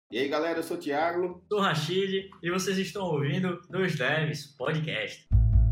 E aí, galera, eu sou o Thiago. Sou o Rashid e vocês estão ouvindo Dois Devs Podcast.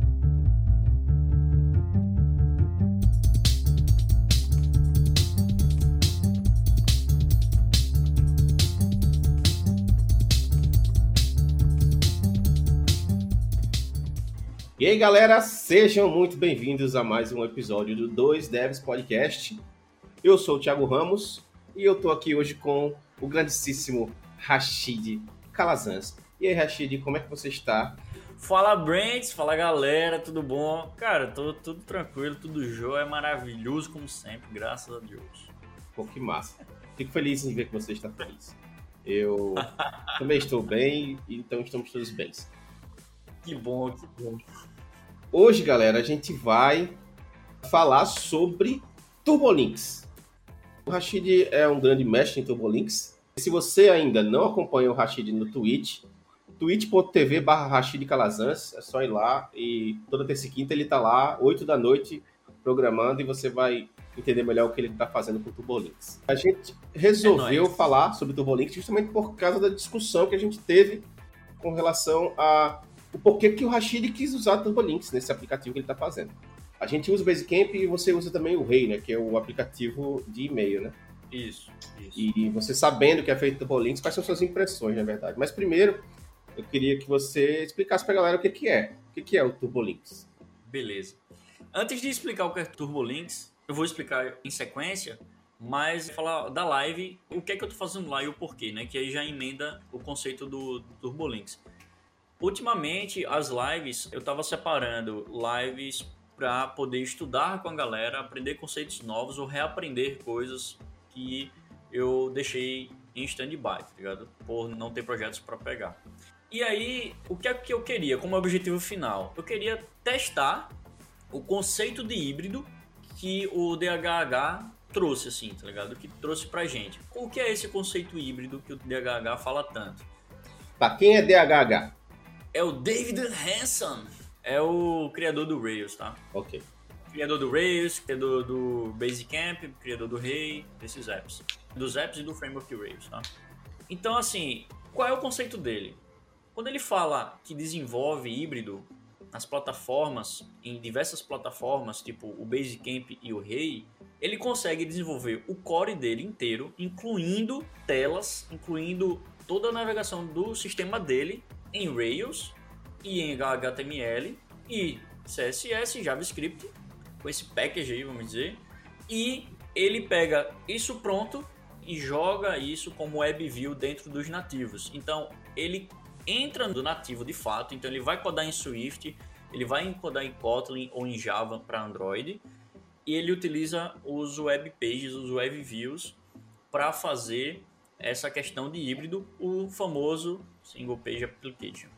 E aí, galera, sejam muito bem-vindos a mais um episódio do Dois Devs Podcast. Eu sou o Thiago Ramos e eu tô aqui hoje com o grandíssimo Rashid Calazans. E aí, Rashid, como é que você está? Fala, Brents, fala, galera, tudo bom? Cara, tô tudo tranquilo, tudo jóia, maravilhoso como sempre, graças a Deus. Pô, que massa. Fico feliz em ver que você está feliz. Eu também estou bem, então estamos todos bem. Que bom, que bom. Hoje, galera, a gente vai falar sobre Turbolinks. O Rashid é um grande mestre em Turbolinks. Se você ainda não acompanha o Rashid no Twitch, twitch.tv/Rashid Calazans, é só ir lá e toda terça e quinta ele tá lá, 8 da noite, programando, e você vai entender melhor o que ele tá fazendo com o Turbolinks. A gente resolveu falar sobre Turbolinks justamente por causa da discussão que a gente teve com relação a o porquê que o Rashid quis usar Turbolinks nesse aplicativo que ele está fazendo. A gente usa o Basecamp e você usa também o Rei, né? Que é o aplicativo de e-mail, né? Isso. E você sabendo que é feito Turbolinks, quais são suas impressões, na verdade? Mas primeiro, eu queria que você explicasse para a galera o que é. O que é o Turbolinks? Beleza. Antes de explicar o que é Turbolinks, eu vou explicar em sequência, mas falar da live, o que é que eu tô fazendo lá e o porquê, né? Que aí já emenda o conceito do Turbolinks. Ultimamente, as lives, eu estava separando lives para poder estudar com a galera, aprender conceitos novos ou reaprender coisas que eu deixei em stand-by, tá ligado? Por não ter projetos para pegar. E aí, o que é que eu queria como objetivo final? Eu queria testar o conceito de híbrido que o DHH trouxe, assim, tá ligado? Que trouxe pra gente. O que é esse conceito híbrido que o DHH fala tanto? Tá, quem é DHH? É o David Hanson, é o criador do Rails, tá? Ok. Criador do Rails, criador do Basecamp, criador do Rei, desses apps. Dos apps e do framework Rails, tá? Então, assim, qual é o conceito dele? Quando ele fala que desenvolve híbrido nas plataformas, em diversas plataformas, tipo o Basecamp e o Rei, ele consegue desenvolver o core dele inteiro, incluindo telas, incluindo toda a navegação do sistema dele, em Rails e em HTML e CSS, JavaScript, com esse package aí, vamos dizer, e ele pega isso pronto e joga isso como WebView dentro dos nativos. Então, ele entra no nativo de fato, então ele vai codar em Swift, ele vai codar em Kotlin ou em Java para Android, e ele utiliza os web pages, os WebViews, para fazer essa questão de híbrido, o famoso Single Page Application.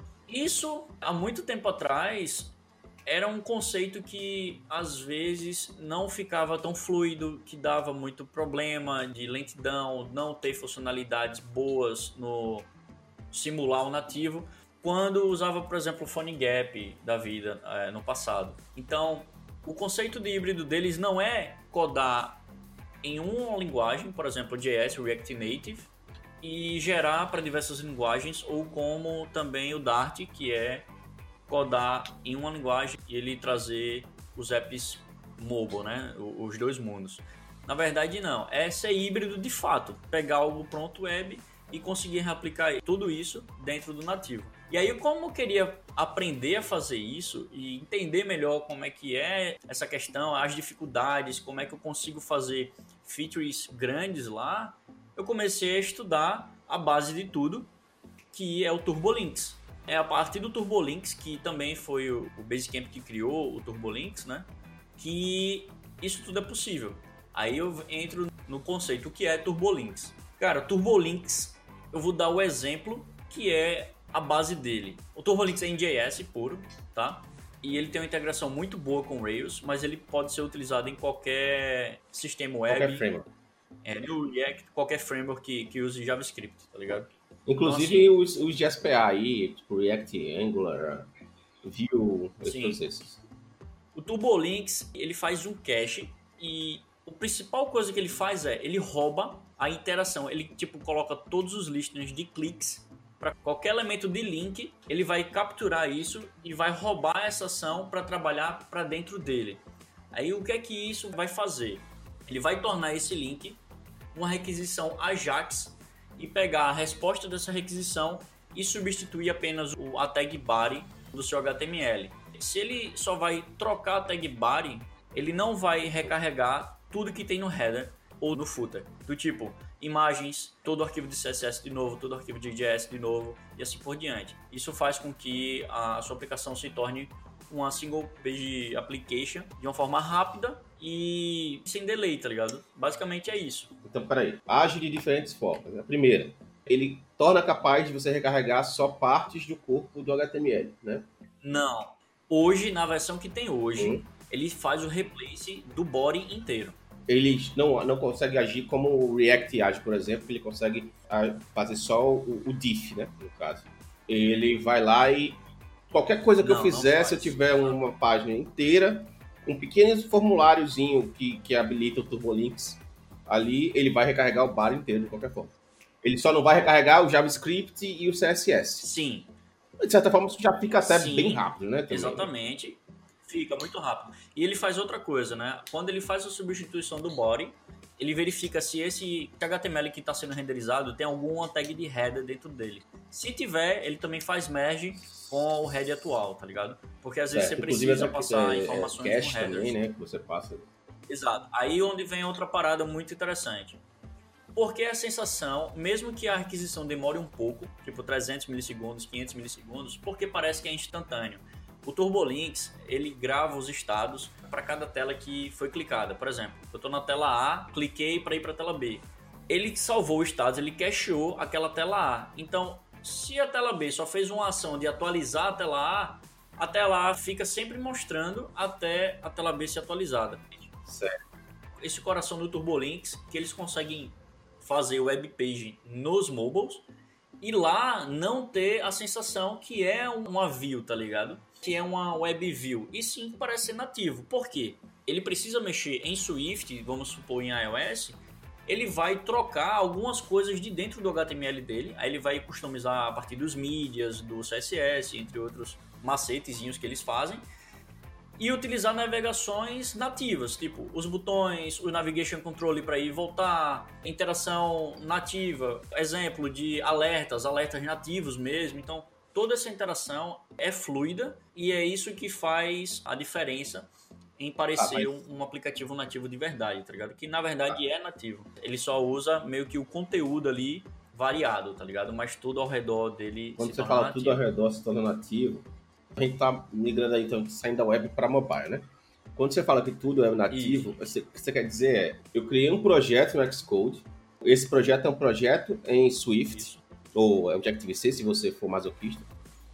Isso, há muito tempo atrás, era um conceito que às vezes não ficava tão fluido, que dava muito problema de lentidão, não ter funcionalidades boas no simular o nativo, quando usava, por exemplo, o PhoneGap da vida no passado. Então, o conceito de híbrido deles não é codar em uma linguagem, por exemplo, JS, React Native, e gerar para diversas linguagens, ou como também o Dart, que é codar em uma linguagem e ele trazer os apps mobile, né? Os dois mundos. Na verdade, não. É ser híbrido de fato. Pegar algo pronto web e conseguir replicar tudo isso dentro do nativo. E aí, como eu queria aprender a fazer isso e entender melhor como é que é essa questão, as dificuldades, como é que eu consigo fazer features grandes lá, eu comecei a estudar a base de tudo, que é o Turbolinks. É a partir do Turbolinks, que também foi o Basecamp que criou o Turbolinks, né? Que isso tudo é possível. Aí eu entro no conceito, o que é Turbolinks? Cara, Turbolinks, eu vou dar o exemplo que é a base dele. O Turbolinks é em JS puro, tá? E ele tem uma integração muito boa com Rails, mas ele pode ser utilizado em qualquer sistema web. Qualquer framework. No React, qualquer framework que use JavaScript, tá ligado? Inclusive então, assim, os de SPA aí, tipo React, Angular, Vue, todos esses. O Turbolinks, ele faz um cache e a principal coisa que ele faz é, ele rouba a interação. Ele tipo coloca todos os listings de cliques para qualquer elemento de link, ele vai capturar isso e vai roubar essa ação para trabalhar para dentro dele. Aí o que é que isso vai fazer? Ele vai tornar esse link uma requisição AJAX e pegar a resposta dessa requisição e substituir apenas a tag body do seu HTML. Se ele só vai trocar a tag body, ele não vai recarregar tudo que tem no header ou no footer. Do tipo, imagens, todo o arquivo de CSS de novo, todo o arquivo de JS de novo e assim por diante. Isso faz com que a sua aplicação se torne uma single page application de uma forma rápida e sem delay, tá ligado? Basicamente é isso. Então, peraí. Age de diferentes formas. A primeira, ele torna capaz de você recarregar só partes do corpo do HTML, né? Não. Hoje, na versão que tem hoje, ele faz o replace do body inteiro. Ele não consegue agir como o React age, por exemplo, que ele consegue fazer só o diff, né? No caso. Ele vai lá e qualquer coisa que eu fizer, se eu tiver uma página inteira, um pequeno formuláriozinho que habilita o Turbolinks ali, ele vai recarregar o bar inteiro de qualquer forma. Ele só não vai recarregar o JavaScript e o CSS. Sim. De certa forma, isso já fica até bem rápido, né? Também. Exatamente. Fica muito rápido. E ele faz outra coisa, né? Quando ele faz a substituição do body, ele verifica se esse HTML que está sendo renderizado tem alguma tag de header dentro dele. Se tiver, ele também faz merge com o header atual, tá ligado? Porque às vezes você precisa passar informações no header. Também, né? Que você passa. Exato. Aí onde vem outra parada muito interessante. Porque a sensação, mesmo que a requisição demore um pouco, tipo 300 milissegundos, 500 milissegundos, porque parece que é instantâneo. O Turbolinks, ele grava os estados para cada tela que foi clicada. Por exemplo, eu estou na tela A, cliquei para ir para a tela B. Ele salvou os estados, ele cacheou aquela tela A. Então, se a tela B só fez uma ação de atualizar a tela A fica sempre mostrando até a tela B ser atualizada. Certo. Esse coração do Turbolinks, que eles conseguem fazer web page nos mobiles e lá não ter a sensação que é uma view, tá ligado? Que é uma web view. E sim, parece ser nativo. Por quê? Ele precisa mexer em Swift, vamos supor em iOS, ele vai trocar algumas coisas de dentro do HTML dele, aí ele vai customizar a partir dos mídias, do CSS, entre outros macetezinhos que eles fazem, e utilizar navegações nativas, tipo os botões, o Navigation Control para ir e voltar, interação nativa, exemplo de alertas nativos mesmo. Então, toda essa interação é fluida e é isso que faz a diferença em parecer um aplicativo nativo de verdade, tá ligado? Que na verdade é nativo. Ele só usa meio que o conteúdo ali variado, tá ligado? Mas tudo ao redor dele quando você fala nativo. Tudo ao redor se torna nativo, a gente tá migrando aí, então, saindo da web para mobile, né? Quando você fala que tudo é nativo, o que você quer dizer é, eu criei um projeto no Xcode, esse projeto é um projeto em Swift, ou Objective-C, se você for masoquista,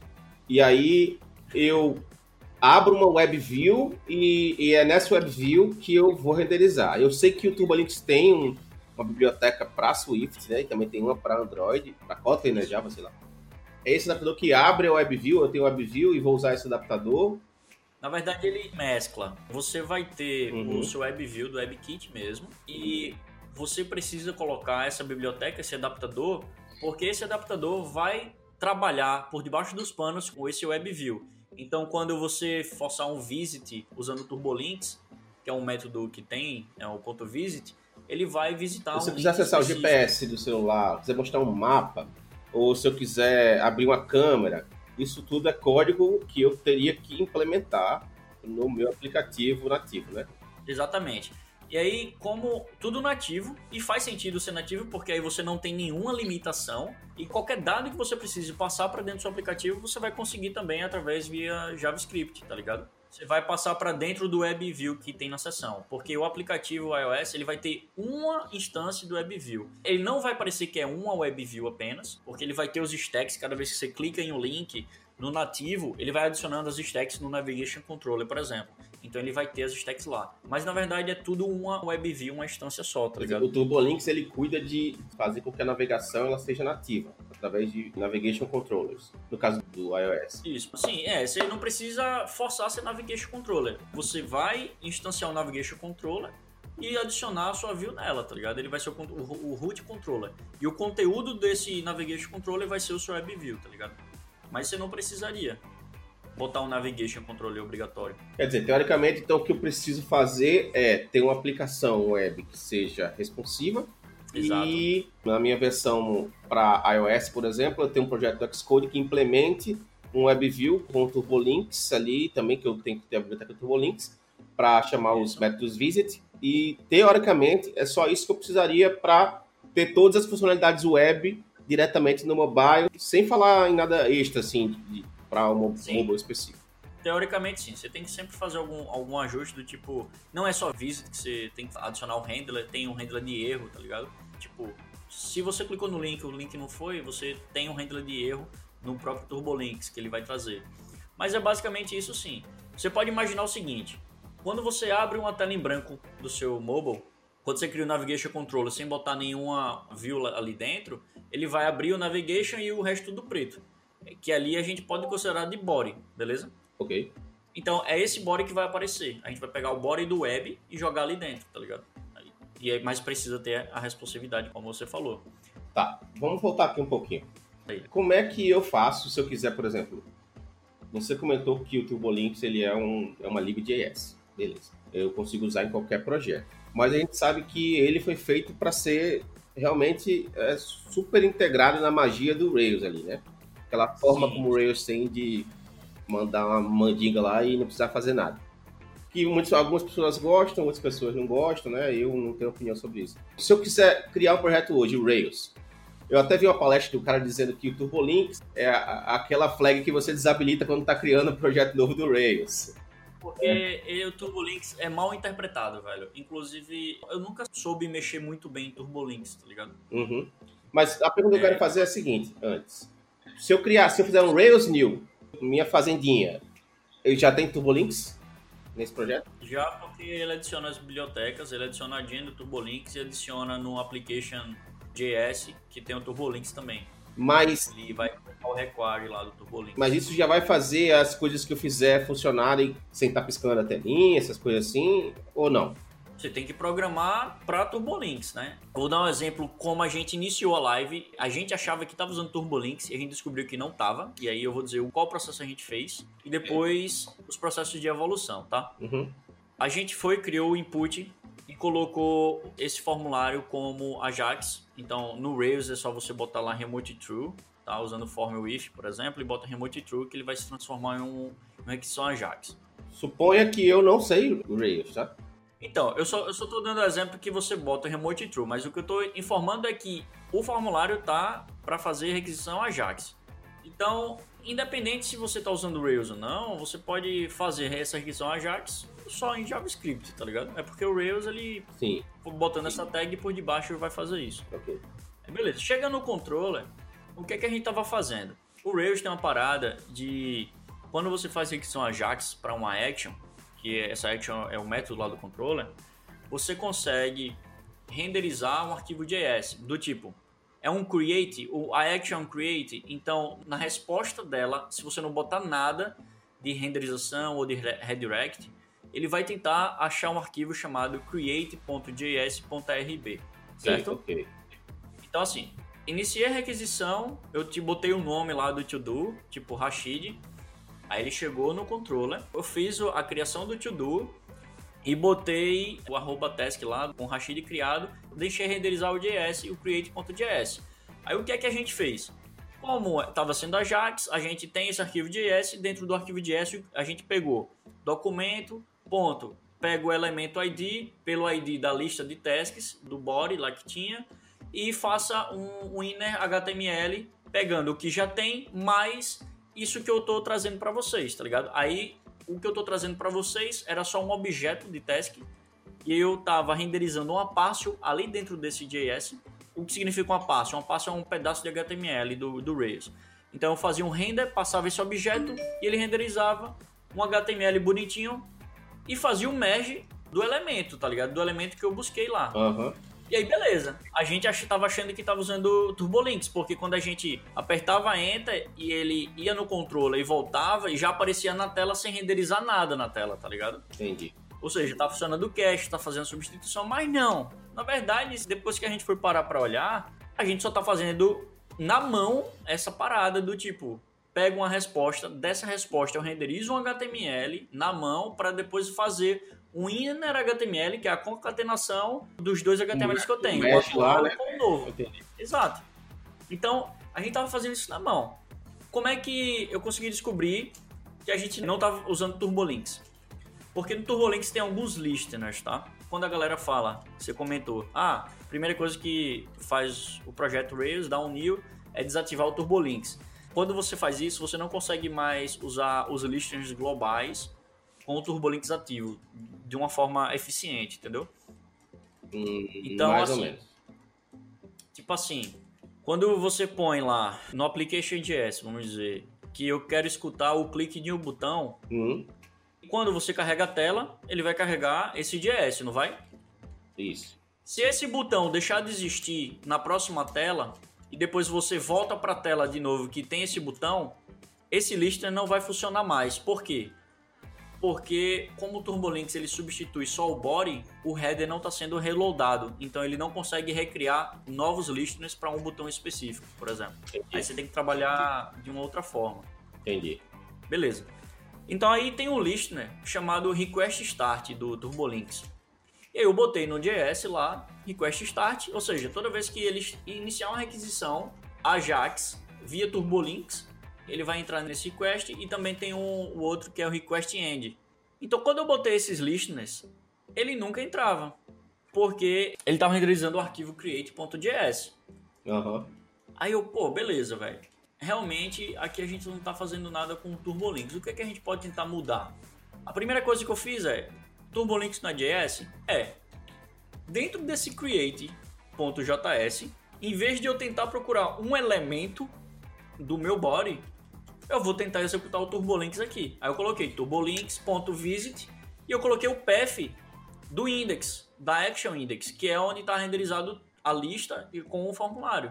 e aí eu abro uma web view e é nessa web view que eu vou renderizar. Eu sei que o Turbolinks tem uma biblioteca para Swift, né? E também tem uma para Android, para Kotlin, né? Java, sei lá. É esse adaptador que abre a WebView, eu tenho a WebView e vou usar esse adaptador. Na verdade, ele mescla. Você vai ter o seu WebView do WebKit mesmo e você precisa colocar essa biblioteca, esse adaptador, porque esse adaptador vai trabalhar por debaixo dos panos com esse WebView. Então, quando você forçar um visit usando o Turbolinks, que é um método que tem, é o .visit, ele vai visitar se você quiser acessar específico. O GPS do celular, quiser mostrar um mapa, ou se eu quiser abrir uma câmera, isso tudo é código que eu teria que implementar no meu aplicativo nativo, né? Exatamente. E aí, como tudo nativo, e faz sentido ser nativo, porque aí você não tem nenhuma limitação, e qualquer dado que você precise passar para dentro do seu aplicativo, você vai conseguir também através via JavaScript, tá ligado? Você vai passar para dentro do WebView que tem na seção, porque o aplicativo iOS ele vai ter uma instância do WebView. Ele não vai parecer que é uma WebView apenas, porque ele vai ter os stacks, cada vez que você clica em um link no nativo, ele vai adicionando as stacks no Navigation Controller, por exemplo. Então ele vai ter as stacks lá. Mas na verdade é tudo uma WebView, uma instância só, tá ligado? O Turbolinks ele cuida de fazer com que a navegação ela seja nativa, através de Navigation Controllers, no caso do iOS. Isso, sim, você não precisa forçar ser Navigation Controller. Você vai instanciar o Navigation Controller e adicionar a sua view nela, tá ligado? Ele vai ser o root controller. E o conteúdo desse navigation controller vai ser o seu web view, tá ligado? Mas você não precisaria botar um navigation controller obrigatório. Quer dizer, teoricamente, então, o que eu preciso fazer é ter uma aplicação web que seja responsiva. Exato. E na minha versão para iOS, por exemplo, eu tenho um projeto do Xcode que implemente um WebView com TurboLinks ali também, que eu tenho que ter a biblioteca TurboLinks para chamar os métodos visit. E, teoricamente, é só isso que eu precisaria para ter todas as funcionalidades web diretamente no mobile, sem falar em nada extra, assim, para um mobile específico. Teoricamente, sim. Você tem que sempre fazer algum ajuste do tipo... Não é só visit que você tem que adicionar o handler, tem um handler de erro, tá ligado? Tipo, se você clicou no link, o link não foi, você tem um handler de erro no próprio TurboLinks que ele vai trazer. Mas é basicamente isso, sim. Você pode imaginar o seguinte... Quando você abre uma tela em branco do seu mobile, quando você cria o Navigation Controller sem botar nenhuma view ali dentro, ele vai abrir o Navigation e o resto tudo preto. Que ali a gente pode considerar de body, beleza? Ok. Então é esse body que vai aparecer. A gente vai pegar o body do web e jogar ali dentro, tá ligado? E aí, mas precisa ter a responsividade, como você falou. Tá, vamos voltar aqui um pouquinho. Aí. Como é que eu faço se eu quiser, por exemplo... Você comentou que o TurboLinks ele é uma lib.js. Beleza. Eu consigo usar em qualquer projeto. Mas a gente sabe que ele foi feito para ser realmente super integrado na magia do Rails ali, né? Aquela forma como o Rails tem de mandar uma mandinga lá e não precisar fazer nada. Que algumas pessoas gostam, outras pessoas não gostam, né? Eu não tenho opinião sobre isso. Se eu quiser criar um projeto hoje, o Rails, eu até vi uma palestra do cara dizendo que o TurboLinks é aquela flag que você desabilita quando está criando um projeto novo do Rails. Porque o TurboLinks é mal interpretado, velho. Inclusive, eu nunca soube mexer muito bem em TurboLinks, tá ligado? Uhum. Mas a pergunta que eu quero fazer é a seguinte, antes. Se eu fizer um Rails New, minha fazendinha, ele já tem TurboLinks nesse projeto? Já, porque ele adiciona as bibliotecas, ele adiciona a gen do TurboLinks e adiciona no application.js, que tem o TurboLinks também. Mas ele vai colocar o require lá do TurboLinks. Mas isso já vai fazer as coisas que eu fizer funcionarem sem estar piscando a telinha, essas coisas assim, ou não? Você tem que programar para TurboLinks, né? Vou dar um exemplo como a gente iniciou a live. A gente achava que estava usando TurboLinks e a gente descobriu que não estava. E aí eu vou dizer qual processo a gente fez e depois os processos de evolução, tá? Uhum. A gente criou o input e colocou esse formulário como Ajax. Então, no Rails é só você botar lá remote true, tá? Usando form with, por exemplo, e bota remote true que ele vai se transformar em uma requisição Ajax. Suponha que eu não sei o Rails, tá? Então, eu só tô dando exemplo que você bota remote true, mas o que eu tô informando é que o formulário tá para fazer requisição Ajax. Então, independente se você tá usando o Rails ou não, você pode fazer essa requisição Ajax só em JavaScript, tá ligado? É porque o Rails, ele botando essa tag por debaixo vai fazer isso. Ok. Beleza, chega no controller, o que é que a gente tava fazendo? O Rails tem uma parada de quando você faz requisição Ajax para uma action, que essa action é o método lá do controller, você consegue renderizar um arquivo JS do tipo, é um create, a action create, então na resposta dela, se você não botar nada de renderização ou de redirect, ele vai tentar achar um arquivo chamado create.js.rb, certo? Ok. Então assim, iniciei a requisição, eu te botei o nome lá do to-do, tipo Rashid, aí ele chegou no controller, eu fiz a criação do to-do e botei o @task lá com o Rashid criado, deixei renderizar o JS e o create.js. Aí o que é que a gente fez? Como estava sendo Ajax, a gente tem esse arquivo JS, dentro do arquivo JS a gente pegou documento, ponto, pega o elemento ID, pelo ID da lista de tasks, do body lá que tinha, e faça um inner HTML, pegando o que já tem, mais isso que eu tô trazendo para vocês, tá ligado? Aí, o que eu tô trazendo para vocês era só um objeto de task, e eu tava renderizando uma parsel ali dentro desse JS. O que significa uma parsel? Uma parsel é um pedaço de HTML do Rails. Então eu fazia um render, passava esse objeto, e ele renderizava um HTML bonitinho, e fazia um merge do elemento, tá ligado? Do elemento que eu busquei lá. Uhum. E aí, beleza. A gente tava achando que tava usando TurboLinks, porque quando a gente apertava Enter e ele ia no controller e voltava, e já aparecia na tela sem renderizar nada na tela, tá ligado? Entendi. Ou seja, tá funcionando o cache, tá fazendo substituição, mas não. Na verdade, depois que a gente foi parar para olhar, a gente só tá fazendo na mão essa parada do tipo, pega uma resposta, dessa resposta eu renderizo um HTML na mão para depois fazer um inner HTML, que é a concatenação dos dois HTMLs que eu tenho, o atual e com o novo. Entendi. Exato. Então, a gente tava fazendo isso na mão. Como é que eu consegui descobrir que a gente não tava usando Turbolinks? Porque no Turbolinks tem alguns listeners, tá? Quando a galera fala, você comentou, primeira coisa que faz o projeto Rails, dá um new, é desativar o Turbolinks. Quando você faz isso, você não consegue mais usar os listeners globais com o Turbolinks ativo de uma forma eficiente, entendeu? Então, mais assim, ou menos. Tipo assim, quando você põe lá no Application.js, vamos dizer, que eu quero escutar o clique de um botão, quando você carrega a tela, ele vai carregar esse JS, não vai? Isso. Se esse botão deixar de existir na próxima tela e depois você volta para a tela de novo que tem esse botão, esse listener não vai funcionar mais. Por quê? Porque como o Turbolinks ele substitui só o body, o header não está sendo reloadado, então ele não consegue recriar novos listeners para um botão específico, por exemplo. Entendi. Aí você tem que trabalhar de uma outra forma. Entendi. Beleza. Então aí tem um listener chamado Request Start do Turbolinks. E aí eu botei no JS lá, Request Start, ou seja, toda vez que eles iniciar uma requisição Ajax via Turbolinks, ele vai entrar nesse request e também tem o outro que é o Request End. Então quando eu botei esses listeners, ele nunca entrava, porque ele estava renderizando o arquivo create.js. Aí eu, beleza, velho. Realmente aqui a gente não está fazendo nada com o Turbolinks. O que é que a gente pode tentar mudar? A primeira coisa que eu fiz é Turbolinks na JS dentro desse create.js, em vez de eu tentar procurar um elemento do meu body, eu vou tentar executar o Turbolinks aqui. Aí eu coloquei turbolinks.visit e eu coloquei o path do index, da action index, que é onde está renderizado a lista com o formulário.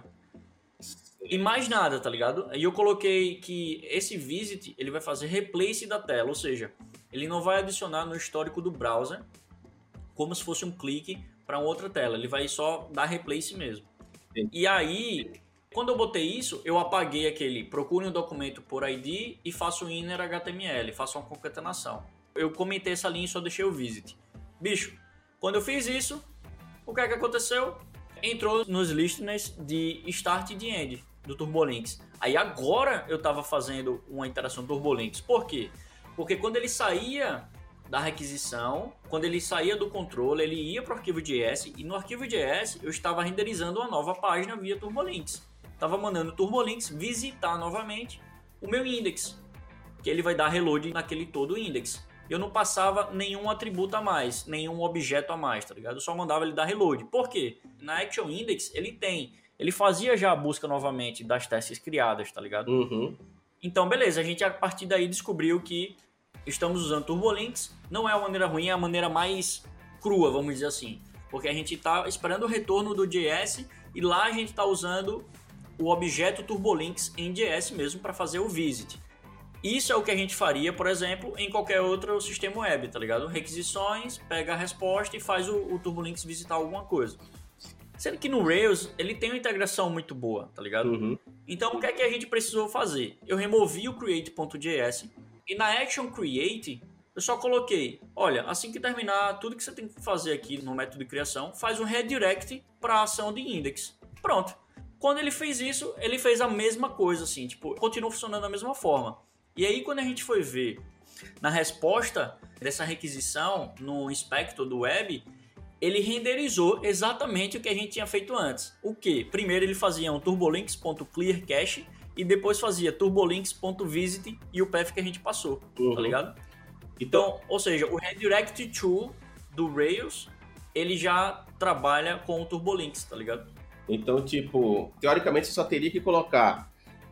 E mais nada, tá ligado? Aí eu coloquei que esse visit ele vai fazer replace da tela, ou seja, ele não vai adicionar no histórico do browser como se fosse um clique para outra tela, ele vai só dar replace mesmo. E aí, quando eu botei isso, eu apaguei aquele procure um documento por ID e faço o inner HTML, faço uma concatenação. Eu comentei essa linha e só deixei o visit. Bicho, quando eu fiz isso, o que é que aconteceu? Entrou nos listeners de start e de end do Turbolinks. Aí agora eu estava fazendo uma interação do Turbolinks. Por quê? Porque quando ele saía da requisição, quando ele saía do controle, ele ia para o arquivo JS e no arquivo JS eu estava renderizando uma nova página via Turbolinks. Estava mandando o Turbolinks visitar novamente o meu index, que ele vai dar reload naquele todo index. Eu não passava nenhum atributo a mais, nenhum objeto a mais, tá ligado? Eu só mandava ele dar reload. Por quê? Na Action Index ele fazia já a busca novamente das testes criadas, tá ligado? Então, beleza, a gente a partir daí descobriu que estamos usando Turbolinks. Não é a maneira ruim, é a maneira mais crua, vamos dizer assim. Porque a gente está esperando o retorno do JS e lá a gente está usando o objeto Turbolinks em JS mesmo para fazer o visit. Isso é o que a gente faria, por exemplo, em qualquer outro sistema web, tá ligado? Requisições, pega a resposta e faz o Turbolinks visitar alguma coisa. Sendo que no Rails, ele tem uma integração muito boa, tá ligado? Então, o que é que a gente precisou fazer? Eu removi o create.js e na action create, eu só coloquei, olha, assim que terminar tudo que você tem que fazer aqui no método de criação, faz um redirect para a ação de index. Pronto. Quando ele fez isso, ele fez a mesma coisa, assim, tipo, continuou funcionando da mesma forma. E aí, quando a gente foi ver na resposta dessa requisição no inspector do web, ele renderizou exatamente o que a gente tinha feito antes. O que? Primeiro ele fazia um turbolinks.clearCache e depois fazia turbolinks.visit e o path que a gente passou, tá ligado? Então, ou seja, o redirect tool do Rails, ele já trabalha com o Turbolinks, tá ligado? Então, tipo, teoricamente você só teria que colocar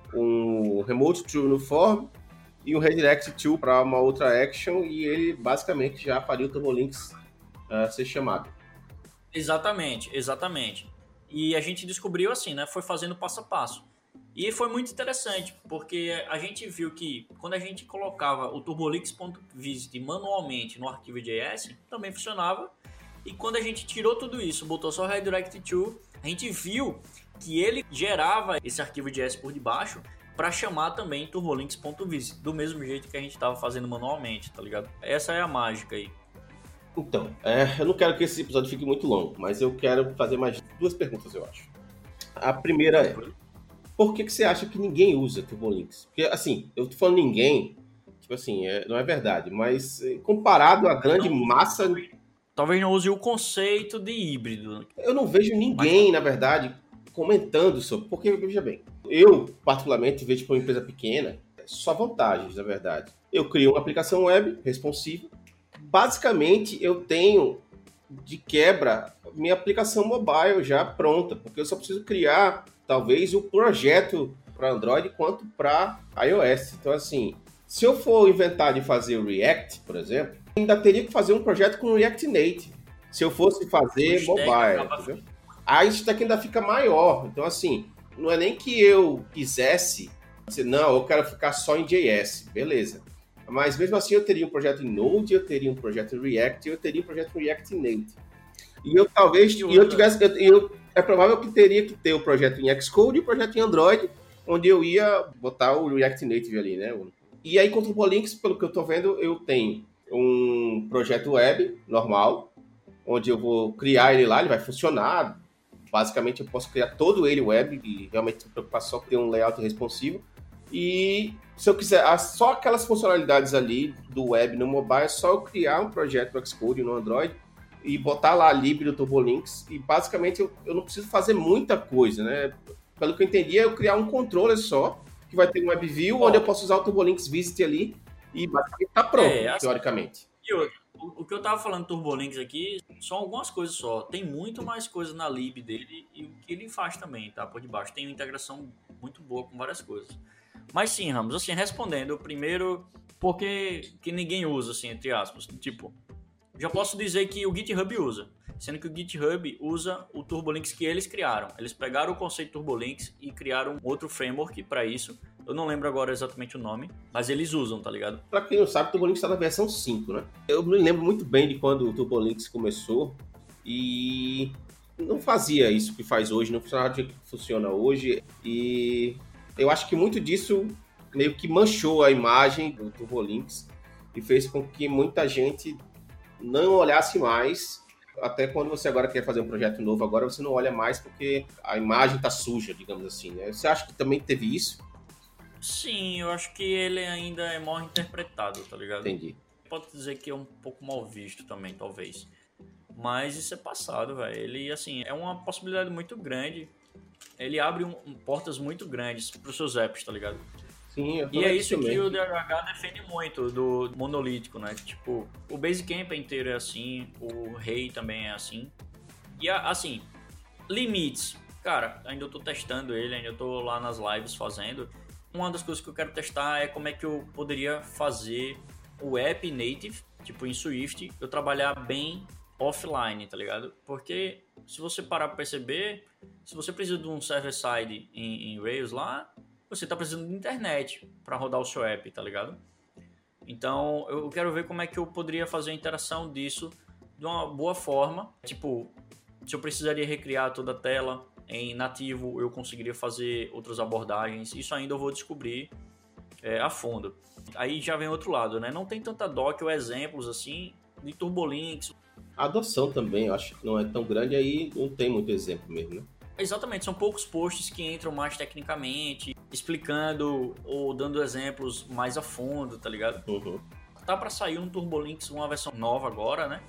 um remote tool no form e um redirect tool para uma outra action e ele basicamente já faria o Turbolinks ser chamado. Exatamente. E a gente descobriu assim, né? Foi fazendo passo a passo. E foi muito interessante, porque a gente viu que quando a gente colocava o turbolinks.visit manualmente no arquivo JS, também funcionava. E quando a gente tirou tudo isso, botou só redirect to, a gente viu que ele gerava esse arquivo JS por debaixo para chamar também turbolinks.visit, do mesmo jeito que a gente estava fazendo manualmente, tá ligado? Essa é a mágica aí. Então, eu não quero que esse episódio fique muito longo, mas eu quero fazer mais 2 perguntas, eu acho. A primeira é: por que você acha que ninguém usa Turbolinks? Porque, assim, eu tô falando ninguém, tipo assim, não é verdade, mas comparado à grande massa... Talvez não use o conceito de híbrido. Eu não vejo ninguém, na verdade, comentando sobre, porque, veja bem, eu, particularmente, vejo para uma empresa pequena, só vantagens, na verdade. Eu crio uma aplicação web responsiva, basicamente eu tenho, de quebra, minha aplicação mobile já pronta, porque eu só preciso criar, talvez, o projeto para Android quanto para iOS. Então, assim, se eu for inventar de fazer o React, por exemplo, ainda teria que fazer um projeto com React Native, se eu fosse fazer mobile. Entendeu? A stack ainda fica maior. Então, assim, não é nem que eu quisesse dizer, não, eu quero ficar só em JS, beleza. Mas mesmo assim eu teria um projeto em Node, eu teria um projeto em React, eu teria um projeto em React Native. E eu talvez, é provável que teria que ter o projeto em Xcode e o projeto em Android, onde eu ia botar o React Native ali, né? E aí com o Turbolinks, pelo que eu tô vendo, eu tenho um projeto web normal, onde eu vou criar ele lá, ele vai funcionar. Basicamente eu posso criar todo ele web e realmente me preocupar só com ter um layout responsivo. E se eu quiser, só aquelas funcionalidades ali do web no mobile, é só eu criar um projeto no Xcode, no Android, e botar lá a lib do Turbolinks. E basicamente eu não preciso fazer muita coisa, né? Pelo que eu entendi, é eu criar um controller só, que vai ter um WebView, onde eu posso usar o Turbolinks Visit ali, e basicamente tá pronto, teoricamente. E outro, o que eu tava falando Turbolinks aqui são algumas coisas só. Tem muito mais coisas na lib dele e o que ele faz também, tá? Por debaixo. Tem uma integração muito boa com várias coisas. Mas sim, Ramos, assim, respondendo, primeiro, porque que ninguém usa, assim, entre aspas. Tipo, já posso dizer que o GitHub usa, sendo que o GitHub usa o Turbolinks que eles criaram. Eles pegaram o conceito Turbolinks e criaram outro framework para isso. Eu não lembro agora exatamente o nome, mas eles usam, tá ligado? Pra quem não sabe, o Turbolinks está na versão 5, né? Eu me lembro muito bem de quando o Turbolinks começou e não fazia isso que faz hoje, não funcionava do jeito que funciona hoje. E eu acho que muito disso meio que manchou a imagem do Turbolinks e fez com que muita gente não olhasse mais. Até quando você agora quer fazer um projeto novo, agora você não olha mais porque a imagem tá suja, digamos assim, né? Você acha que também teve isso? Sim, eu acho que ele ainda é mal interpretado, tá ligado? Entendi. Pode dizer que é um pouco mal visto também, talvez. Mas isso é passado, velho. Ele, assim, é uma possibilidade muito grande. Ele abre portas muito grandes pros seus apps, tá ligado? Sim, eu E é isso também. que o DHH defende muito do monolítico, né? Tipo, o Basecamp inteiro é assim, o Rei também é assim. E, assim, limites. Cara, ainda eu tô testando ele, ainda eu tô lá nas lives fazendo. Uma das coisas que eu quero testar é como é que eu poderia fazer o app native, tipo em Swift, eu trabalhar bem offline, tá ligado? Porque se você parar pra perceber, se você precisa de um server-side em Rails lá, você tá precisando de internet para rodar o seu app, tá ligado? Então, eu quero ver como é que eu poderia fazer a interação disso de uma boa forma. Tipo, se eu precisaria recriar toda a tela em nativo, eu conseguiria fazer outras abordagens. Isso ainda eu vou descobrir a fundo. Aí já vem outro lado, né? Não tem tanta doc ou exemplos assim de Turbolinks. A adoção também, eu acho que não é tão grande, aí não tem muito exemplo mesmo, né? Exatamente, são poucos posts que entram mais tecnicamente, explicando ou dando exemplos mais a fundo, tá ligado? Uhum. Tá para sair um Turbolinks, uma versão nova agora, né?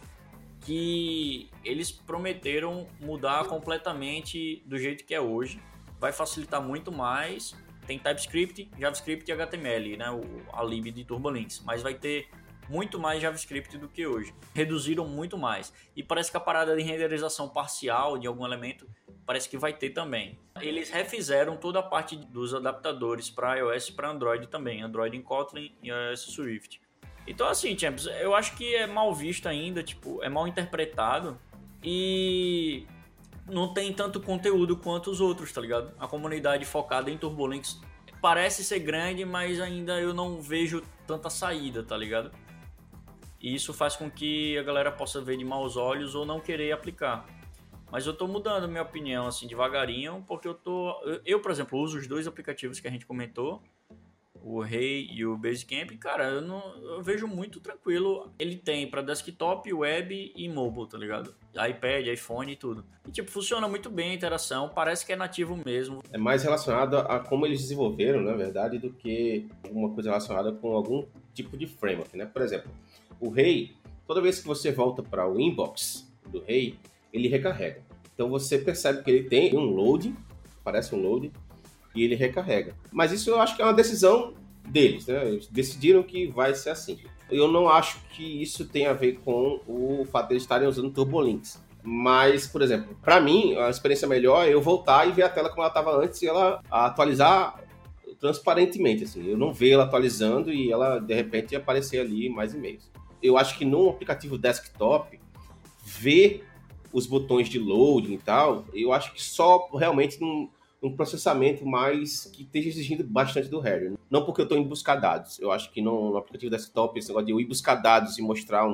Que eles prometeram mudar completamente do jeito que é hoje. Vai facilitar muito mais. Tem TypeScript, JavaScript e HTML, né? A lib de Turbolinks. Mas vai ter muito mais JavaScript do que hoje. Reduziram muito mais. E parece que a parada de renderização parcial de algum elemento parece que vai ter também. Eles refizeram toda a parte dos adaptadores para iOS e para Android também. Android em Kotlin e iOS Swift. Então, assim, Champs, eu acho que é mal visto ainda, tipo, é mal interpretado. E não tem tanto conteúdo quanto os outros, tá ligado? A comunidade focada em Turbolinks parece ser grande, mas ainda eu não vejo tanta saída, tá ligado? E isso faz com que a galera possa ver de maus olhos ou não querer aplicar. Mas eu tô mudando minha opinião, assim, devagarinho, porque eu, por exemplo, uso os dois aplicativos que a gente comentou, o Rei e o Basecamp, cara, eu vejo muito tranquilo. Ele tem para desktop, web e mobile, tá ligado? iPad, iPhone e tudo. E, tipo, funciona muito bem a interação, parece que é nativo mesmo. É mais relacionado a como eles desenvolveram, na verdade, do que alguma coisa relacionada com algum tipo de framework, né? Por exemplo, o Rei, toda vez que você volta para o inbox do Rei, ele recarrega. Então você percebe que ele tem um load, parece um load, e ele recarrega. Mas isso eu acho que é uma decisão deles, né? Eles decidiram que vai ser assim. Eu não acho que isso tenha a ver com o fato de eles estarem usando Turbolinks. Mas, por exemplo, para mim, a experiência melhor é eu voltar e ver a tela como ela estava antes e ela atualizar transparentemente, assim. Eu não ver ela atualizando e ela, de repente, aparecer ali mais e-mails. Eu acho que num aplicativo desktop, ver os botões de loading e tal, eu acho que só realmente um processamento mais que esteja exigindo bastante do hardware. Não porque eu estou indo buscar dados. Eu acho que no aplicativo desktop, esse negócio de eu ir buscar dados e mostrar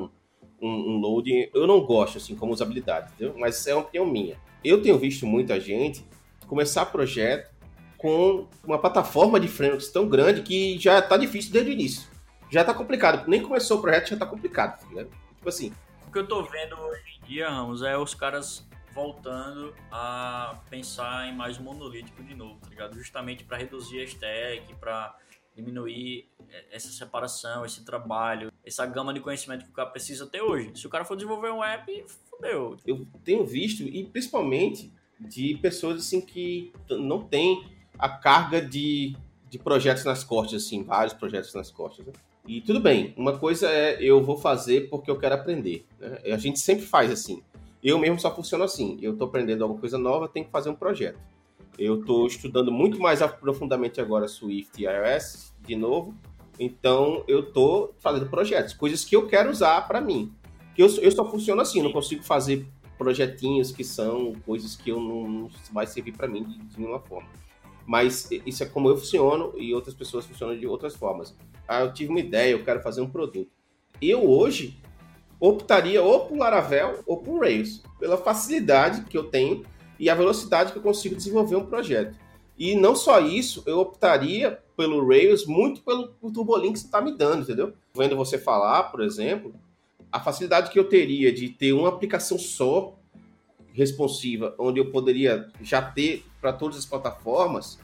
um loading, eu não gosto, assim, como usabilidade, entendeu? Mas é uma opinião minha. Eu tenho visto muita gente começar projeto com uma plataforma de frameworks tão grande que já está difícil desde o início. Já está complicado. Nem começou o projeto, já está complicado, né? Tipo assim. O que eu tô vendo hoje em dia, Ramos, é os caras voltando a pensar em mais monolítico de novo, tá ligado? Justamente para reduzir a stack, para diminuir essa separação, esse trabalho, essa gama de conhecimento que o cara precisa ter hoje. Se o cara for desenvolver um app, fodeu. Eu tenho visto, e principalmente de pessoas assim que não têm a carga de projetos nas costas, assim, vários projetos nas costas, né? E tudo bem, uma coisa é eu vou fazer porque eu quero aprender, né? A gente sempre faz assim. Eu mesmo só funciono assim. Eu estou aprendendo alguma coisa nova, tenho que fazer um projeto. Eu estou estudando muito mais profundamente agora Swift e iOS, de novo. Então, eu estou fazendo projetos, coisas que eu quero usar para mim. Eu só funciono assim, não consigo fazer projetinhos que são coisas que eu não vai servir para mim de nenhuma forma. Mas isso é como eu funciono e outras pessoas funcionam de outras formas. Ah, eu tive uma ideia, eu quero fazer um produto. Eu hoje optaria ou por Laravel ou por Rails, pela facilidade que eu tenho e a velocidade que eu consigo desenvolver um projeto. E não só isso, eu optaria pelo Rails muito pelo Turbolinks que está me dando, entendeu? Vendo você falar, por exemplo, a facilidade que eu teria de ter uma aplicação só responsiva, onde eu poderia já ter para todas as plataformas,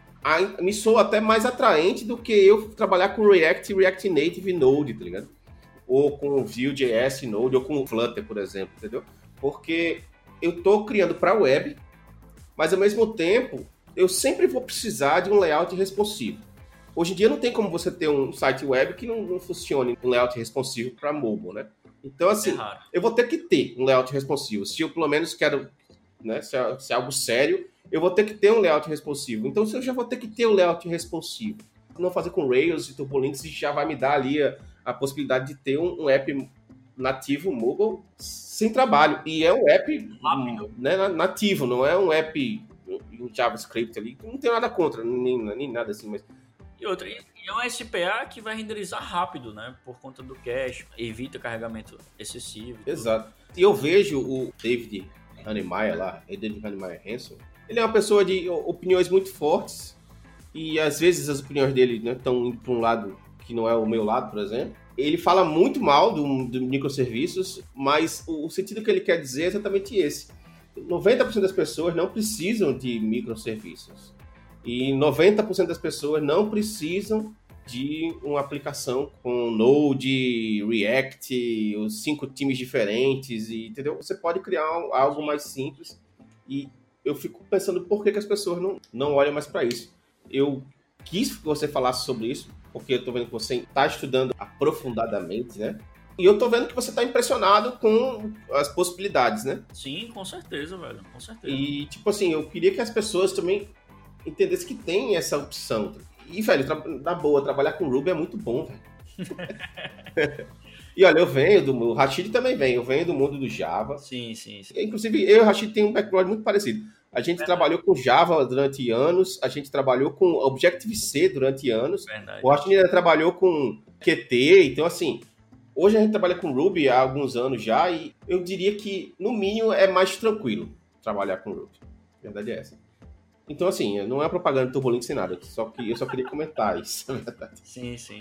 me soa até mais atraente do que eu trabalhar com React, React Native e Node, tá ligado? Ou com Vue.js, Node, ou com Flutter, por exemplo, entendeu? Porque eu estou criando para a web, mas ao mesmo tempo eu sempre vou precisar de um layout responsivo. Hoje em dia não tem como você ter um site web que não funcione um layout responsivo para mobile, né? Então, assim, eu vou ter que ter um layout responsivo. Se eu, pelo menos, quero, né, se é algo sério, eu vou ter que ter um layout responsivo. Então, se eu já vou ter que ter um layout responsivo, não fazer com Rails e Turbolinks, já vai me dar ali a possibilidade de ter um app nativo mobile sem trabalho. E é um app né, nativo, não é um app em JavaScript ali. Não tem nada contra, nem nada assim, mas... E outra, é um SPA que vai renderizar rápido, né? Por conta do cache, evita carregamento excessivo. Exato. E eu vejo o David Heinemeier lá, David Heinemeier Hansson, ele é uma pessoa de opiniões muito fortes e às vezes as opiniões dele estão indo para um lado que não é o meu lado, por exemplo. Ele fala muito mal do microserviços, mas o sentido que ele quer dizer é exatamente esse. 90% das pessoas não precisam de microserviços. E 90% das pessoas não precisam de uma aplicação com Node, React, os 5 times diferentes, entendeu? Você pode criar algo mais simples e eu fico pensando por que as pessoas não olham mais para isso. Eu quis que você falasse sobre isso, porque eu tô vendo que você está estudando aprofundadamente, né? E eu tô vendo que você tá impressionado com as possibilidades, né? Sim, com certeza, velho. Com certeza. E, tipo assim, eu queria que as pessoas também entendessem que tem essa opção. E, velho, na boa, trabalhar com Ruby é muito bom, velho. E olha, o Rashid também vem, eu venho do mundo do Java. Sim, sim, sim. Inclusive, eu e o Rashid tem um background muito parecido. A gente trabalhou com Java durante anos, a gente trabalhou com Objective-C durante anos. Verdade. O Rashid ainda trabalhou com Qt, então assim, hoje a gente trabalha com Ruby há alguns anos já e eu diria que, no mínimo, é mais tranquilo trabalhar com Ruby. A verdade é essa. Então, assim, não é propaganda do Turbolinks sem nada, eu só queria comentar isso, na verdade. Sim, sim.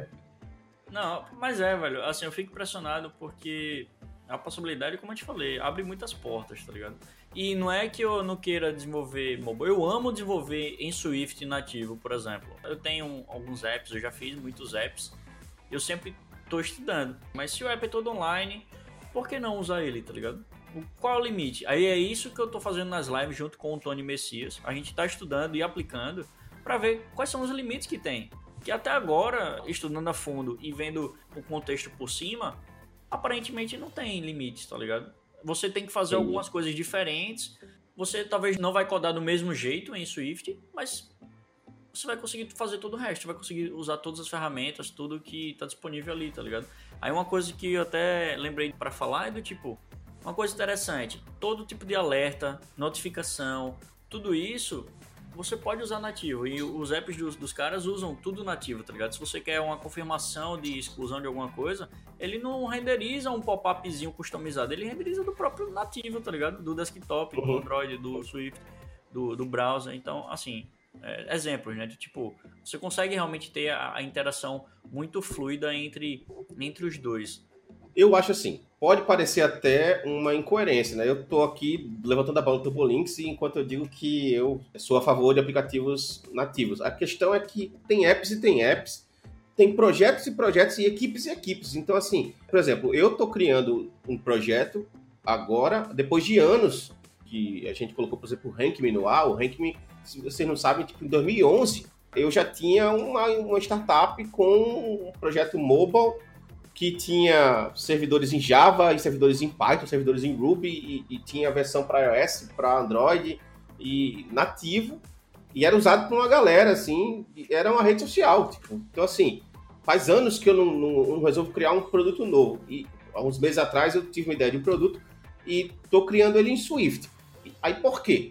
Não, mas velho, assim, eu fico impressionado porque a possibilidade, como eu te falei, abre muitas portas, tá ligado? E não é que eu não queira desenvolver mobile, eu amo desenvolver em Swift nativo, por exemplo. Eu tenho alguns apps, eu já fiz muitos apps, eu sempre tô estudando. Mas se o app é todo online, por que não usar ele, tá ligado? Qual é o limite? Aí é isso que eu tô fazendo nas lives junto com o Tony Messias. A gente tá estudando e aplicando para ver quais são os limites que tem. Que até agora, estudando a fundo e vendo o contexto por cima, aparentemente não tem limites, tá ligado? Você tem que fazer algumas coisas diferentes. Você talvez não vai codar do mesmo jeito em Swift, mas você vai conseguir fazer todo o resto. Vai conseguir usar todas as ferramentas, tudo que tá disponível ali, tá ligado? Aí uma coisa que eu até lembrei para falar é do tipo... Uma coisa interessante, todo tipo de alerta, notificação, tudo isso você pode usar nativo. E os apps dos caras usam tudo nativo, tá ligado? Se você quer uma confirmação de exclusão de alguma coisa, ele não renderiza um pop-upzinho customizado, ele renderiza do próprio nativo, tá ligado? Do desktop, do Android, do Swift, do browser. Então, assim, exemplos, né? De, tipo, você consegue realmente ter a interação muito fluida entre os dois. Eu acho assim, pode parecer até uma incoerência, né? Eu tô aqui levantando a bola do Turbolinks enquanto eu digo que eu sou a favor de aplicativos nativos. A questão é que tem apps e tem apps, tem projetos e projetos e equipes. Então, assim, por exemplo, eu tô criando um projeto agora, depois de anos que a gente colocou, por exemplo, o RankMe no ar. O RankMe, se vocês não sabem, tipo, em 2011, eu já tinha uma startup com um projeto mobile que tinha servidores em Java e servidores em Python, servidores em Ruby e tinha versão para iOS, para Android e nativo, e era usado por uma galera, assim, era uma rede social, tipo. Então, assim, faz anos que eu não resolvo criar um produto novo, e há uns meses atrás eu tive uma ideia de um produto e estou criando ele em Swift. Aí, por quê?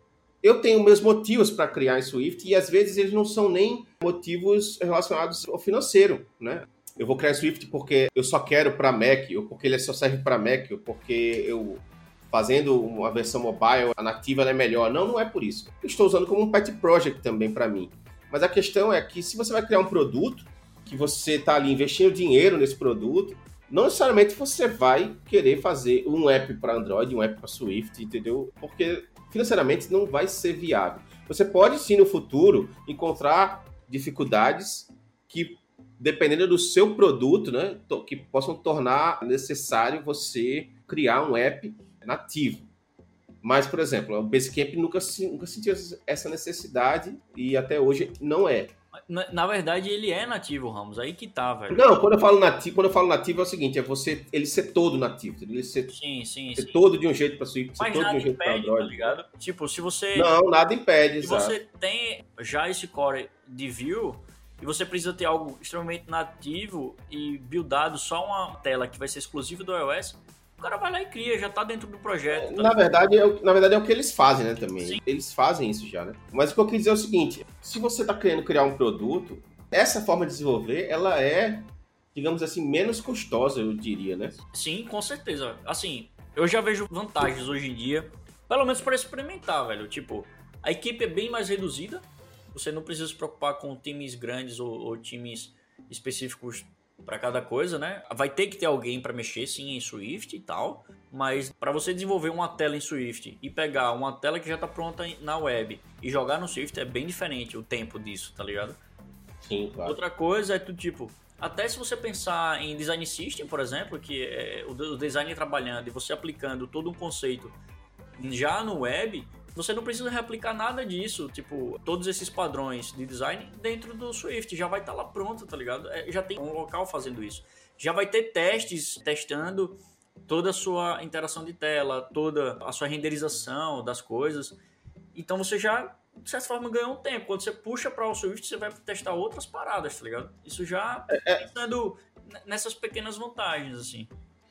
Eu tenho meus motivos para criar em Swift e, às vezes, eles não são nem motivos relacionados ao financeiro, né? Eu vou criar Swift porque eu só quero para Mac, ou porque ele só serve para Mac, ou porque eu, fazendo uma versão mobile, a nativa ela é melhor. Não é por isso. Eu estou usando como um pet project também para mim. Mas a questão é que se você vai criar um produto, que você está ali investindo dinheiro nesse produto, não necessariamente você vai querer fazer um app para Android, um app para Swift, entendeu? Porque financeiramente não vai ser viável. Você pode sim no futuro encontrar dificuldades que, dependendo do seu produto, né, que possam tornar necessário você criar um app nativo. Mas, por exemplo, o Basecamp nunca sentiu essa necessidade e até hoje não é. Na verdade, ele é nativo, Ramos. Aí que tá, velho. Não, quando eu falo nativo é o seguinte, ele ser todo nativo. Ele ser todo de um jeito para Swift, ser todo de um jeito para Android. Tá ligado? Tipo, se você... Não, nada impede, se você tem já esse core de view e você precisa ter algo extremamente nativo e buildado só uma tela que vai ser exclusiva do iOS, o cara vai lá e cria, já tá dentro do projeto. Tá? Na verdade é o que eles fazem, né, também. Sim. Eles fazem isso já, né? Mas o que eu quis dizer é o seguinte, se você tá querendo criar um produto, essa forma de desenvolver, ela é, digamos assim, menos custosa, eu diria, né? Sim, com certeza. Assim, eu já vejo vantagens hoje em dia, pelo menos para experimentar, velho. Tipo, a equipe é bem mais reduzida, você não precisa se preocupar com times grandes ou times específicos para cada coisa, né? Vai ter que ter alguém para mexer, sim, em Swift e tal, mas para você desenvolver uma tela em Swift e pegar uma tela que já tá pronta na web e jogar no Swift é bem diferente o tempo disso, tá ligado? Sim, claro. Outra coisa é tudo tipo, até se você pensar em Design System, por exemplo, que é o design trabalhando e você aplicando todo um conceito já no web, você não precisa replicar nada disso, tipo, todos esses padrões de design dentro do Swift, já vai estar lá pronto, tá ligado? Já tem um local fazendo isso. Já vai ter testes testando toda a sua interação de tela, toda a sua renderização das coisas. Então você já, de certa forma, ganhou um tempo. Quando você puxa para o Swift, você vai testar outras paradas, tá ligado? Isso já pensando nessas pequenas vantagens, assim.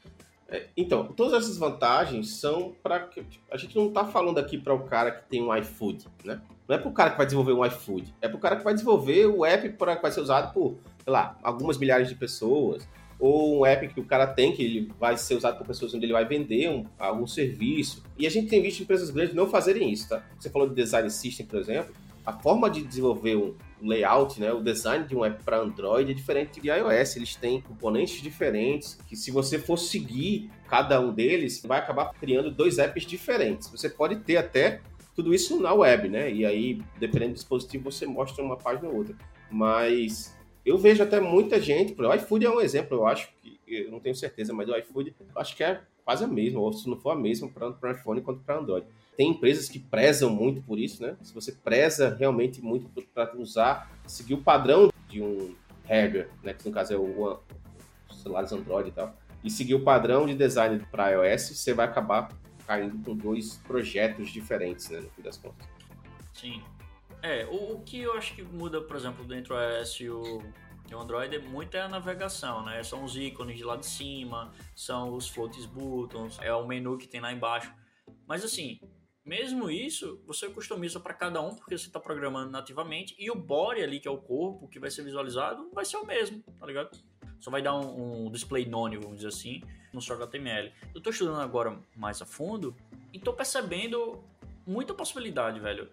Então, todas essas vantagens são para... A gente não está falando aqui para o cara que tem um iFood, né? Não é para o cara que vai desenvolver um iFood. É para o cara que vai desenvolver o app que vai ser usado por, sei lá, algumas milhares de pessoas. Ou um app que o cara tem, que ele vai ser usado por pessoas onde ele vai vender algum serviço. E a gente tem visto empresas grandes não fazerem isso, tá? Você falou de design system, por exemplo. A forma de desenvolver um layout, né, o design de um app para Android é diferente de iOS. Eles têm componentes diferentes, que se você for seguir cada um deles, vai acabar criando 2 apps diferentes. Você pode ter até tudo isso na web, né? E aí, dependendo do dispositivo, você mostra uma página ou outra. Mas eu vejo até muita gente, o iFood é um exemplo, eu acho, que eu não tenho certeza, mas o iFood eu acho que é quase a mesma, ou se não for a mesma para iPhone quanto para Android. Tem empresas que prezam muito por isso, né? Se você preza realmente muito para usar, seguir o padrão de um hardware, né? Que no caso é o celulares Android e tal, e seguir o padrão de design para iOS, você vai acabar caindo com 2 projetos diferentes, né? No fim das contas. Sim. O que eu acho que muda, por exemplo, dentro do iOS e o Android é muito a navegação, né? São os ícones de lá de cima, são os floats buttons, é o menu que tem lá embaixo. Mas assim, mesmo isso, você customiza para cada um, porque você está programando nativamente, e o body ali, que é o corpo, que vai ser visualizado, vai ser o mesmo, tá ligado? Só vai dar um display none, vamos dizer assim, no seu HTML. Eu tô estudando agora mais a fundo e tô percebendo muita possibilidade, velho.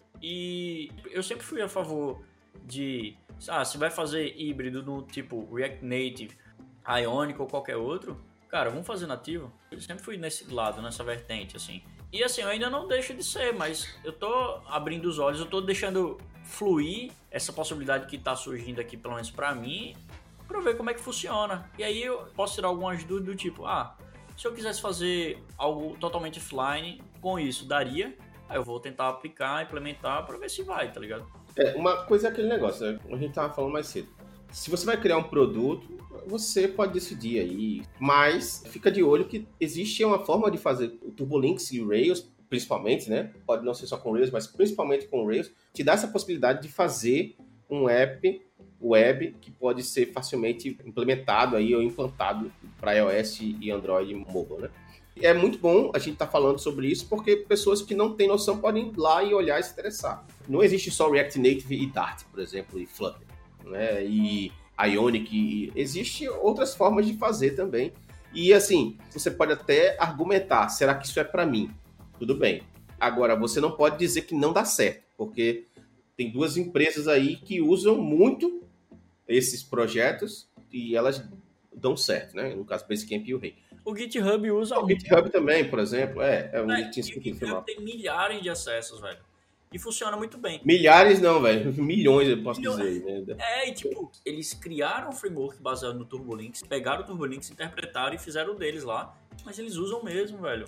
E eu sempre fui a favor de... se vai fazer híbrido no tipo React Native, Ionic ou qualquer outro, cara, vamos fazer nativo. Eu sempre fui nesse lado, nessa vertente, assim. E assim, eu ainda não deixo de ser, mas eu tô abrindo os olhos, eu tô deixando fluir essa possibilidade que tá surgindo aqui, pelo menos pra mim, pra ver como é que funciona. E aí eu posso tirar algumas dúvidas do tipo, se eu quisesse fazer algo totalmente offline com isso, daria? Aí eu vou tentar aplicar, implementar pra ver se vai, tá ligado? Uma coisa é aquele negócio, né? Como a gente tava falando mais cedo. Se você vai criar um produto, você pode decidir aí, mas fica de olho que existe uma forma de fazer o Turbolinks e o Rails, principalmente, né? Pode não ser só com Rails, mas principalmente com Rails, te dá essa possibilidade de fazer um app web que pode ser facilmente implementado aí ou implantado para iOS e Android mobile, né? É muito bom a gente estar falando sobre isso, porque pessoas que não têm noção podem ir lá e olhar e se interessar. Não existe só React Native e Dart, por exemplo, e Flutter, né? E Ionic, existe outras formas de fazer também. E assim, você pode até argumentar, será que isso é para mim? Tudo bem. Agora, você não pode dizer que não dá certo, porque tem 2 empresas aí que usam muito esses projetos e elas dão certo, né? No caso, Basecamp e o Rei. O GitHub usa o GitHub também, por exemplo, o GitHub tem milhares de acessos, velho. E funciona muito bem. Milhares não, velho. Milhões, eu posso dizer. Né? E tipo, eles criaram um framework baseado no Turbolinks, pegaram o Turbolinks, interpretaram e fizeram o deles lá, mas eles usam mesmo, velho.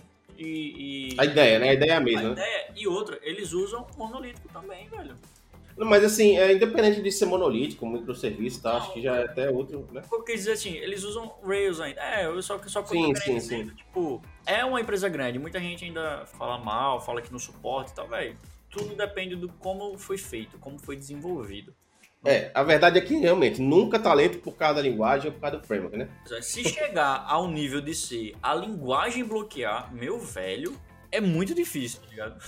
A ideia, né? A ideia é a mesma. E outra, eles usam monolítico também, velho. Não, mas assim, independente de ser monolítico, microserviço, tá? Acho que já é até outro, né? Eu quis dizer assim, eles usam Rails ainda. Eu só sim. Tipo, é uma empresa grande, muita gente ainda fala mal, fala que não suporta e tal, velho. Tudo depende do como foi feito, como foi desenvolvido. A verdade é que realmente nunca tá lento por causa da linguagem ou por causa do framework, né? Se chegar ao nível de ser a linguagem bloquear, meu velho, é muito difícil, tá ligado?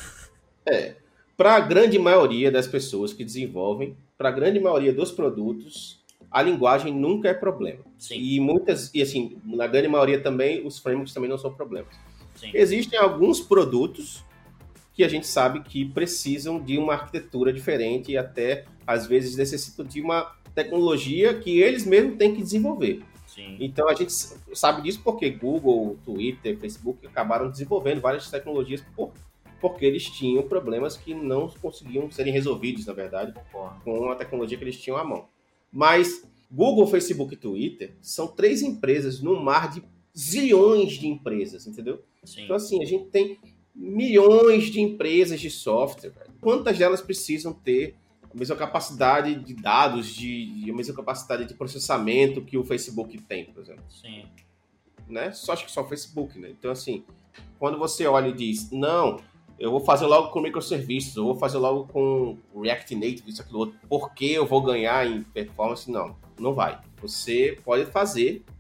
Para a grande maioria das pessoas que desenvolvem, para a grande maioria dos produtos, a linguagem nunca é problema. Sim. E assim, na grande maioria também, os frameworks também não são problemas. Sim. Existem alguns produtos que a gente sabe que precisam de uma arquitetura diferente e até, às vezes, necessitam de uma tecnologia que eles mesmos têm que desenvolver. Sim. Então, a gente sabe disso porque Google, Twitter, Facebook acabaram desenvolvendo várias tecnologias porque eles tinham problemas que não conseguiam serem resolvidos, na verdade, com a tecnologia que eles tinham à mão. Mas Google, Facebook e Twitter são 3 empresas no mar de zilhões de empresas, entendeu? Sim. Então, assim, a gente tem milhões de empresas de software. Velho. Quantas delas precisam ter a mesma capacidade de dados, a mesma capacidade de processamento que o Facebook tem, por exemplo? Sim. Né? Acho que só o Facebook, né? Então, assim, quando você olha e diz, não, eu vou fazer logo com microserviços, eu vou fazer logo com React Native, isso, aquilo outro, porque eu vou ganhar em performance? Não vai. Você pode fazer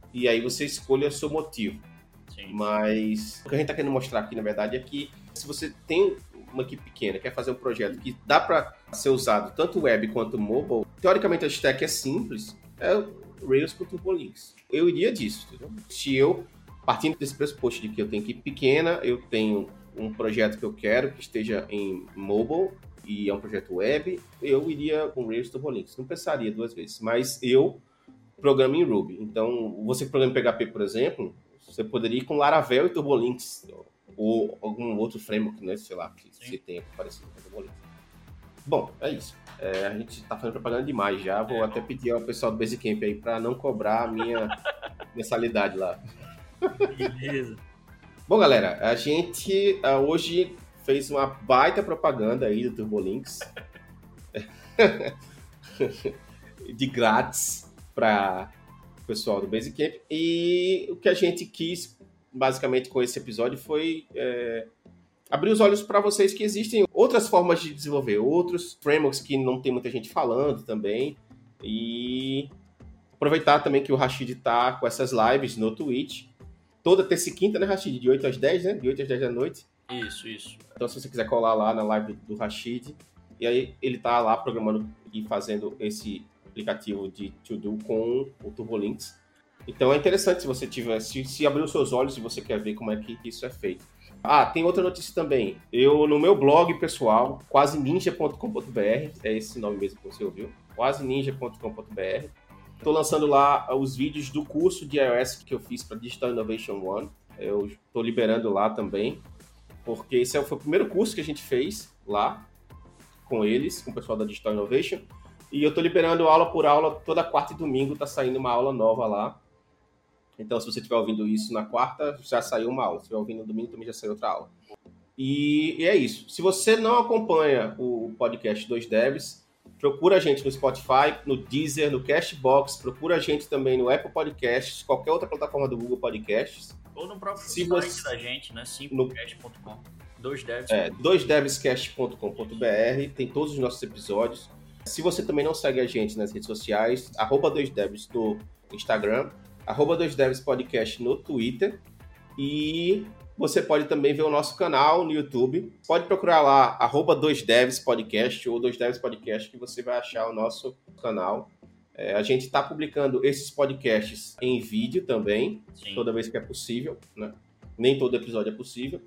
e aí você escolhe o seu motivo. Sim. Mas o que a gente está querendo mostrar aqui, na verdade, é que se você tem uma equipe pequena, quer fazer um projeto que dá para ser usado tanto web quanto mobile, teoricamente a stack é simples, é Rails com Turbolinks. Eu iria disso, entendeu? Se eu, partindo desse pressuposto de que eu tenho equipe pequena, eu tenho um projeto que eu quero que esteja em mobile e é um projeto web, eu iria com Rails Turbolinks. Não pensaria duas vezes, mas eu programo em Ruby. Então, você que programa em PHP, por exemplo, você poderia ir com Laravel e Turbolinks, ou algum outro framework, né? Sei lá, que você tenha parecido com Turbolinks. Bom, é isso. A gente tá fazendo propaganda demais já. Vou até pedir ao pessoal do Basecamp aí para não cobrar a minha mensalidade lá. Beleza. Bom, galera, a gente hoje fez uma baita propaganda aí do Turbolinks. De grátis para o pessoal do Basecamp. E o que a gente quis, basicamente, com esse episódio foi abrir os olhos para vocês que existem outras formas de desenvolver, outros frameworks que não tem muita gente falando também. E aproveitar também que o Rashid está com essas lives no Twitch. Toda terça e quinta, né, Rashid? De 8 às 10, né? De 8 às 10 da noite. Isso. Então, se você quiser colar lá na live do Rashid, e aí ele tá lá programando e fazendo esse aplicativo de to-do com o Turbolinks. Então, é interessante se você tiver, se abrir os seus olhos e você quer ver como é que isso é feito. Tem outra notícia também. Eu, no meu blog pessoal, quaseninja.com.br, é esse nome mesmo que você ouviu, quaseninja.com.br, estou lançando lá os vídeos do curso de iOS que eu fiz para Digital Innovation One. Eu estou liberando lá também, porque esse foi o primeiro curso que a gente fez lá com eles, com o pessoal da Digital Innovation. E eu estou liberando aula por aula, toda quarta e domingo está saindo uma aula nova lá. Então, se você estiver ouvindo isso na quarta, já saiu uma aula. Se estiver ouvindo no domingo, também já saiu outra aula. E é isso. Se você não acompanha o podcast 2Devs, procura a gente no Spotify, no Deezer, no Castbox, procura a gente também no Apple Podcasts, qualquer outra plataforma do Google Podcasts. Ou no próprio site da gente, né? simplecast.com. 2devs. 2devscast.com.br, tem todos os nossos episódios. Se você também não segue a gente nas redes sociais, @2devs no Instagram, @2devs podcast no Twitter, e você pode também ver o nosso canal no YouTube. Pode procurar lá @2devs podcast ou 2devs podcast, que você vai achar o nosso canal. A gente está publicando esses podcasts em vídeo também, Sim. Toda vez que é possível, né? Nem todo episódio é possível.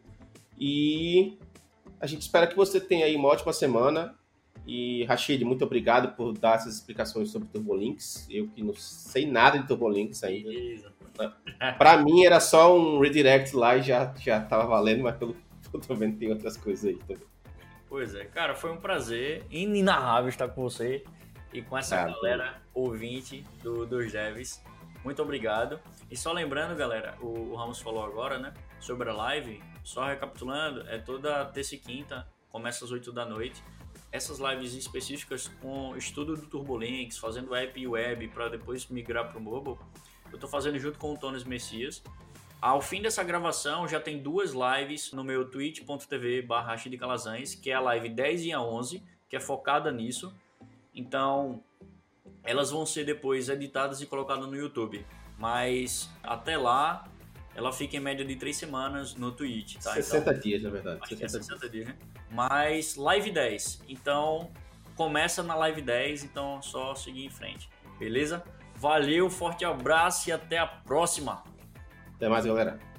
E a gente espera que você tenha aí uma ótima semana. E, Rashid, muito obrigado por dar essas explicações sobre Turbolinks. Eu que não sei nada de Turbolinks ainda. Para mim era só um redirect lá e já estava valendo, mas pelo que eu tô vendo tem outras coisas aí também. Pois é, cara, foi um prazer inenarrável estar com você e com essa galera ouvinte dos Devs. Muito obrigado. E só lembrando, galera, o Ramos falou agora, né, sobre a live. Só recapitulando, é toda terça e quinta, começa às 8 da noite. Essas lives específicas com estudo do Turbolinks, fazendo app e web para depois migrar para o mobile, eu estou fazendo junto com o Tones Messias. Ao fim dessa gravação, já tem 2 lives no meu twitch.tv/RashidCalazans, que é a live 10 e a 11, que é focada nisso. Então, elas vão ser depois editadas e colocadas no YouTube. Mas até lá, ela fica em média de 3 semanas no Twitch, tá? 60 dias, na verdade. Acho que é 60 dias, né? Mas live 10. Então, começa na live 10, então é só seguir em frente. Beleza? Valeu, forte abraço e até a próxima! Até mais, galera.